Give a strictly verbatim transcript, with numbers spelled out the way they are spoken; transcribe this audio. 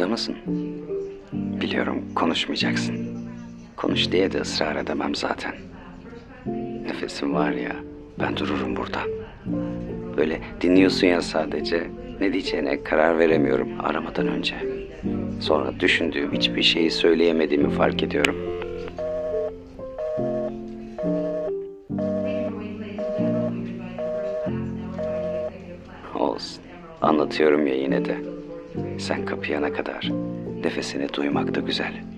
Burada mısın? Biliyorum konuşmayacaksın. Konuş diye de ısrar edemem zaten. Nefesim var ya, ben dururum burada. Böyle dinliyorsun ya sadece, ne diyeceğine karar veremiyorum aramadan önce. Sonra düşündüğüm hiçbir şeyi söyleyemediğimi fark ediyorum. Olsun, anlatıyorum ya yine de. Sen kapayana kadar nefesini duymak da güzel.